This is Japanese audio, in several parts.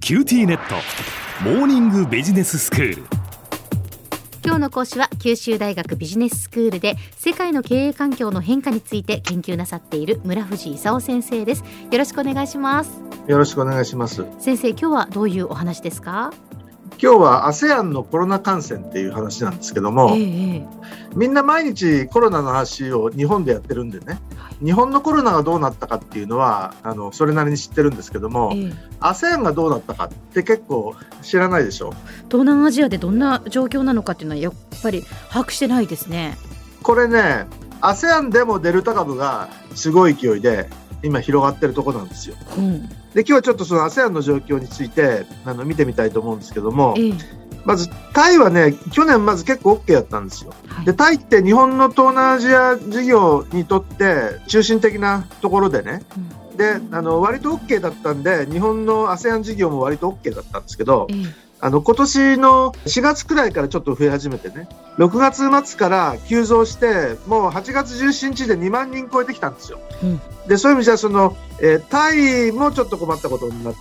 キューティーネットモーニングビジネススクール。 今日の講師は九州大学ビジネススクールで世界の経営環境の変化について研究なさっている村藤勲先生です。よろしくお願いします。 よろしくお願いします。 先生、今日はどういうお話ですか？ 今日は ASEAN のコロナ感染っていう話なんですけども、みんな毎日コロナの話を日本でやってるんでね、日本のコロナがどうなったかっていうのはそれなりに知ってるんですけども、ASEAN がどうなったかって結構知らないでしょ。 東南アジアでどんな状況なのかっていうのはやっぱり把握してないですね。 これね、 ASEAN でもデルタ株がすごい勢いで今広がってるところなんですよ。で、今日はちょっとその ASEAN の状況について見てみたいと思うんですけども、まずタイはね、去年まず結構 OK だったんですよ。で、タイって日本の東南アジア事業にとって中心的なところでね、で割と OK だったんで、日本の ASEAN 事業も割と OK だったんですけど、今年の4月くらいからちょっと増え始めてね、6月末から急増して、もう8月17日で2万人超えてきたんですよ。で、そういう意味じゃタイもちょっと困ったことになって、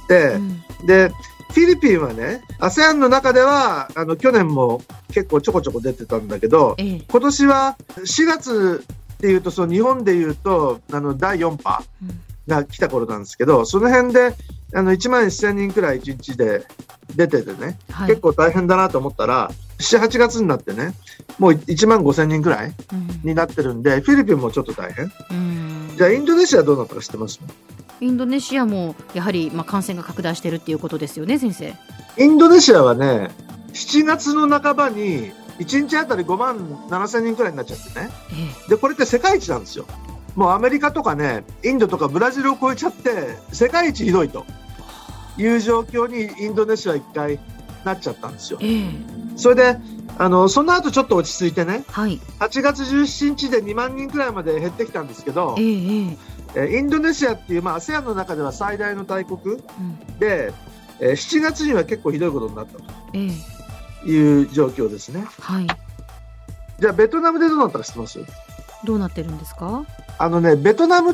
でフィリピンはね、 ASEAN の中では去年も結構ちょこちょこ出てたんだけど、今年は4月っていうとその日本でいうと第4波が来た頃なんですけど、その辺で1万1000人くらい1日で出ててね、結構大変だなと思ったら、7、8月になってね、もう1万5000人くらいになってるんで、フィリピンもちょっと大変。じゃあインドネシアどうなったか知ってます？ インドネシアもやはり感染が拡大してるっていうことですよね、先生。 インドネシアはね、7月の半ばに1日あたり5万7000人くらいになっちゃってね、でこれって世界一なんですよ。もうアメリカとかね、インドとかブラジルを超えちゃって世界一ひどいという状況にインドネシアは一回なっちゃったんですよ。それでその後ちょっと落ち着いてね、8月17日で2万人くらいまで減ってきたんですけど、インドネシアっていう、ASEAN の中では最大の大国で、7月には結構ひどいことになったという状況ですね。じゃあベトナムでどうなったか知ってます？ どうなってるんですか？ ベトナムって、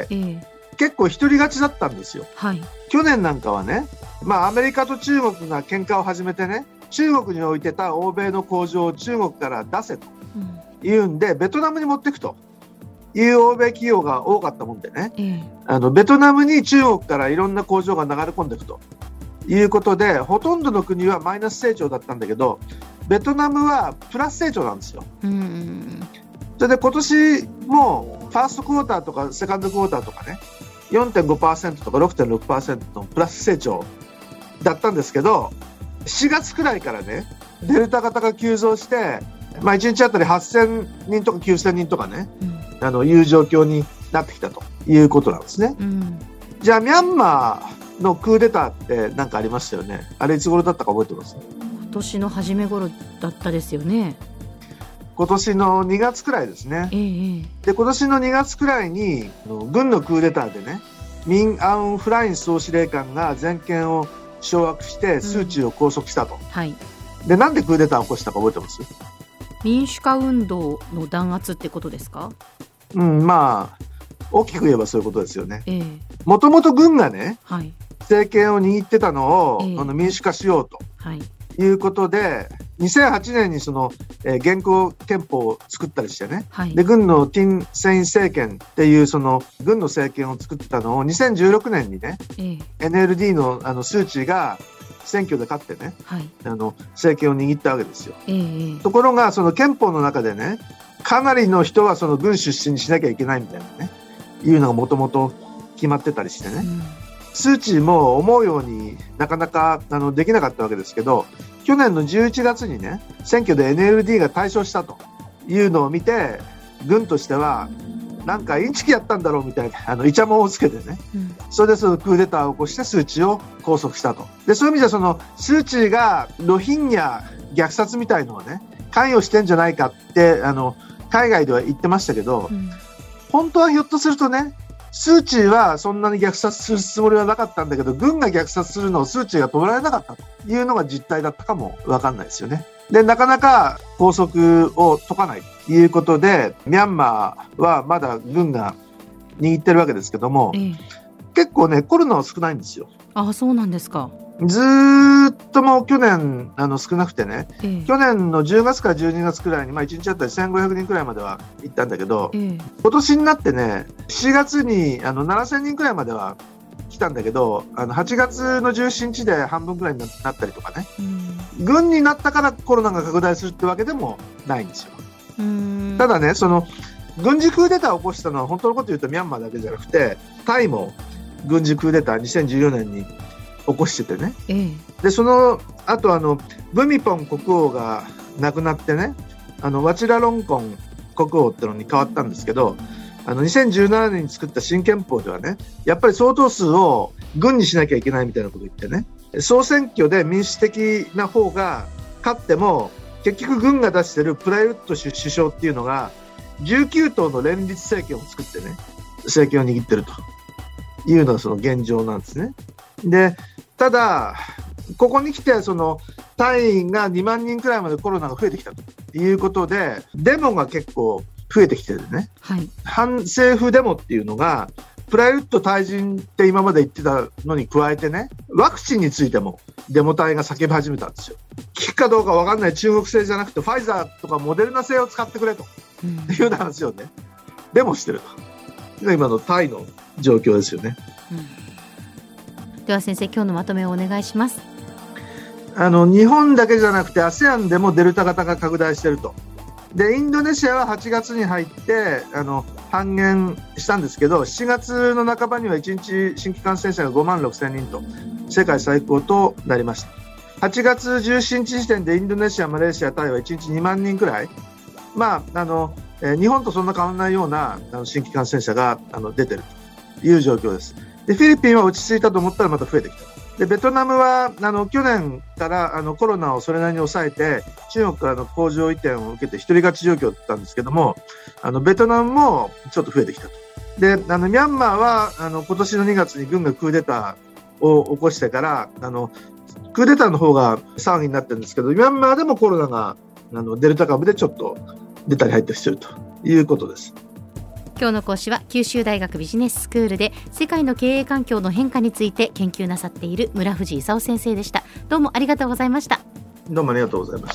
結構一人勝ちだったんですよ。去年なんかはね、アメリカと中国が喧嘩を始めてね、中国に置いてた欧米の工場を中国から出せというんで、ベトナムに持っていくという欧米企業が多かったもんでね、ベトナムに中国からいろんな工場が流れ込んでいくということで、ほとんどの国はマイナス成長だったんだけど、ベトナムはプラス成長なんですよ。それで今年もファーストクォーターとかセカンドクォーターとかね、 4.5% とか 6.6% のプラス成長だったんですけど、7月くらいからね、デルタ型が急増して、1日あたり8000人とか9000人とかね、いう状況になってきたということなんですね。じゃあミャンマーのクーデターって何かありましたよね。あれいつ頃だったか覚えてます？ 今年の初め頃だったですよね。 今年の2月くらいですね。で、今年の2月くらいに軍のクーデターでね、ミン・アウン・フライン総司令官が全権を掌握してスー・チーを拘束したと。で、なんでクーデターを起こしたか覚えてます？ 民主化運動の弾圧ってことですか？ 大きく言えばそういうことですよね。もともと軍がね、政権を握ってたのを、民主化しようということで、2008年に現行憲法を作ったりしてね、で軍のティン・セイン政権っていう軍の政権を作ったのを2016年にね、NLD のスー・チーが選挙で勝ってね、政権を握ったわけですよ。ところが憲法の中でね、かなりの人は軍出身にしなきゃいけないみたいなね、いうのがもともと決まってたりしてね、スー・チーも思うようになかなかできなかったわけですけど、去年の11月にね、選挙で NLD が大勝したというのを見て、軍としてはなんかインチキやったんだろうみたいなイチャモンをつけてね、それでクーデターを起こしてスー・チーを拘束したと。で、そういう意味じゃスー・チーがロヒンギャ虐殺みたいのをね、関与してんじゃないかって海外では言ってましたけど、本当はひょっとするとね、スー・チーはそんなに虐殺するつもりはなかったんだけど、軍が虐殺するのをスー・チーが止められなかったというのが実態だったかも分かんないですよね。で、なかなか拘束を解かないということで、ミャンマーはまだ軍が握ってるわけですけども、結構ね、コロナは少ないんですよ。 そうなんですか。 ずっともう去年少なくてね、去年の10月から12月くらいに、1日あたり1500人くらいまでは行ったんだけど、今年になってね、7月に7000人くらいまでは来たんだけど、8月の17日で半分くらいになったりとかね、軍になったからコロナが拡大するってわけでもないんですよ。ただね、その軍事クーデターを起こしたのは本当のこと言うとミャンマーだけじゃなくて、タイも軍事クーデター2014年に起こしててね、でその後ブミポン国王が亡くなってね、ワチラロンコン国王ってのに変わったんですけど、2017年に作った新憲法ではね、やっぱり相当数を軍にしなきゃいけないみたいなことを言ってね、総選挙で民主的な方が勝っても結局軍が出してるプラユット首相っていうのが19党の連立政権を作ってね、政権を握ってるというのがその現状なんですね。でただここに来てその隊員が2万人くらいまでコロナが増えてきたということで、デモが結構増えてきてるね、反政府デモっていうのがプラユット退陣って今まで言ってたのに加えてね、ワクチンについてもデモ隊が叫び始めたんですよ。効くかどうか分かんない中国製じゃなくてファイザーとかモデルナ製を使ってくれというような話をね、デモしてると。今のタイの状況ですよね。 では先生、今日のまとめをお願いします。 日本だけじゃなくて ASEAN でもデルタ型が拡大していると。でインドネシアは8月に入って半減したんですけど、7月の半ばには1日新規感染者が5万6000人と世界最高となりました。8月17日時点でインドネシア、マレーシア、タイは1日2万人くらい、日本とそんな変わらないような新規感染者が出ているという状況です。でフィリピンは落ち着いたと思ったらまた増えてきた。でベトナムは去年からコロナをそれなりに抑えて中国からの工場移転を受けて一人勝ち状況だったんですけども、ベトナムもちょっと増えてきたと。でミャンマーは今年の2月に軍がクーデターを起こしてからクーデターの方が騒ぎになってるんですけど、ミャンマーでもコロナがデルタ株でちょっと出たり入ったりしているということです。 今日の講師は九州大学ビジネススクールで世界の経営環境の変化について研究なさっている村藤勲先生でした。どうもありがとうございました。 どうもありがとうございました。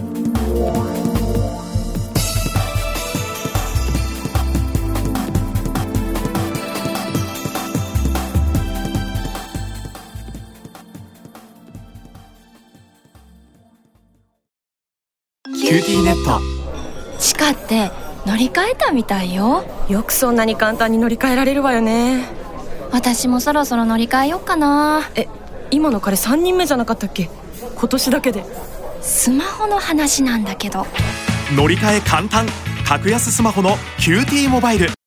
キューティーネット。 地下って乗り換えたみたいよ。 よくそんなに簡単に乗り換えられるわよね。 私もそろそろ乗り換えようかな。 今の彼3人目じゃなかったっけ？今年だけで。 スマホの話なんだけど。 乗り換え簡単、格安スマホのキューティーモバイル。